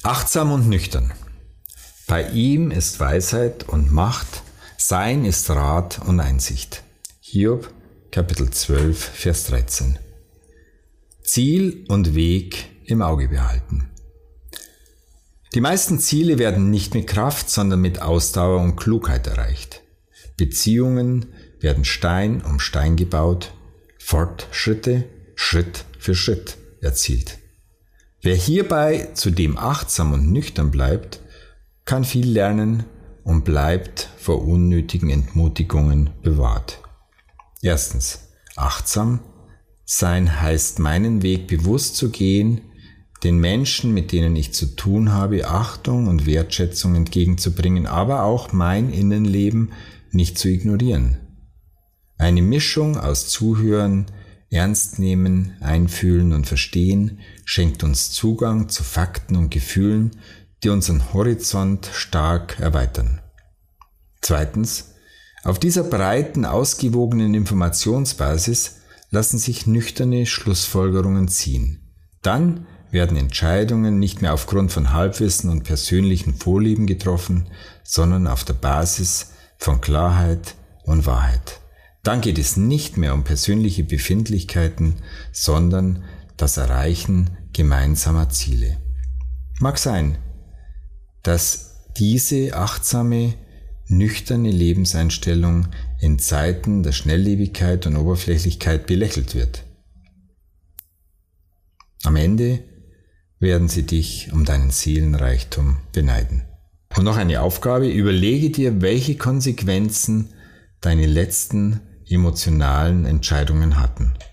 Achtsam und nüchtern. Bei ihm ist Weisheit und Macht, sein ist Rat und Einsicht. Hiob, Kapitel 12, Vers 13. Ziel und Weg im Auge behalten. Die meisten Ziele werden nicht mit Kraft, sondern mit Ausdauer und Klugheit erreicht. Beziehungen werden Stein um Stein gebaut, Fortschritte Schritt für Schritt erzielt. Wer hierbei zudem achtsam und nüchtern bleibt, kann viel lernen und bleibt vor unnötigen Entmutigungen bewahrt. Erstens, achtsam sein heißt, meinen Weg bewusst zu gehen, den Menschen, mit denen ich zu tun habe, Achtung und Wertschätzung entgegenzubringen, aber auch mein Innenleben nicht zu ignorieren. Eine Mischung aus Zuhören, Ernst nehmen, einfühlen und verstehen schenkt uns Zugang zu Fakten und Gefühlen, die unseren Horizont stark erweitern. Zweitens, auf dieser breiten, ausgewogenen Informationsbasis lassen sich nüchterne Schlussfolgerungen ziehen. Dann werden Entscheidungen nicht mehr aufgrund von Halbwissen und persönlichen Vorlieben getroffen, sondern auf der Basis von Klarheit und Wahrheit. Dann geht es nicht mehr um persönliche Befindlichkeiten, sondern das Erreichen gemeinsamer Ziele. Mag sein, dass diese achtsame, nüchterne Lebenseinstellung in Zeiten der Schnelllebigkeit und Oberflächlichkeit belächelt wird. Am Ende werden sie dich um deinen Seelenreichtum beneiden. Und noch eine Aufgabe: Überlege dir, welche Konsequenzen deine letzten emotionalen Entscheidungen hatten.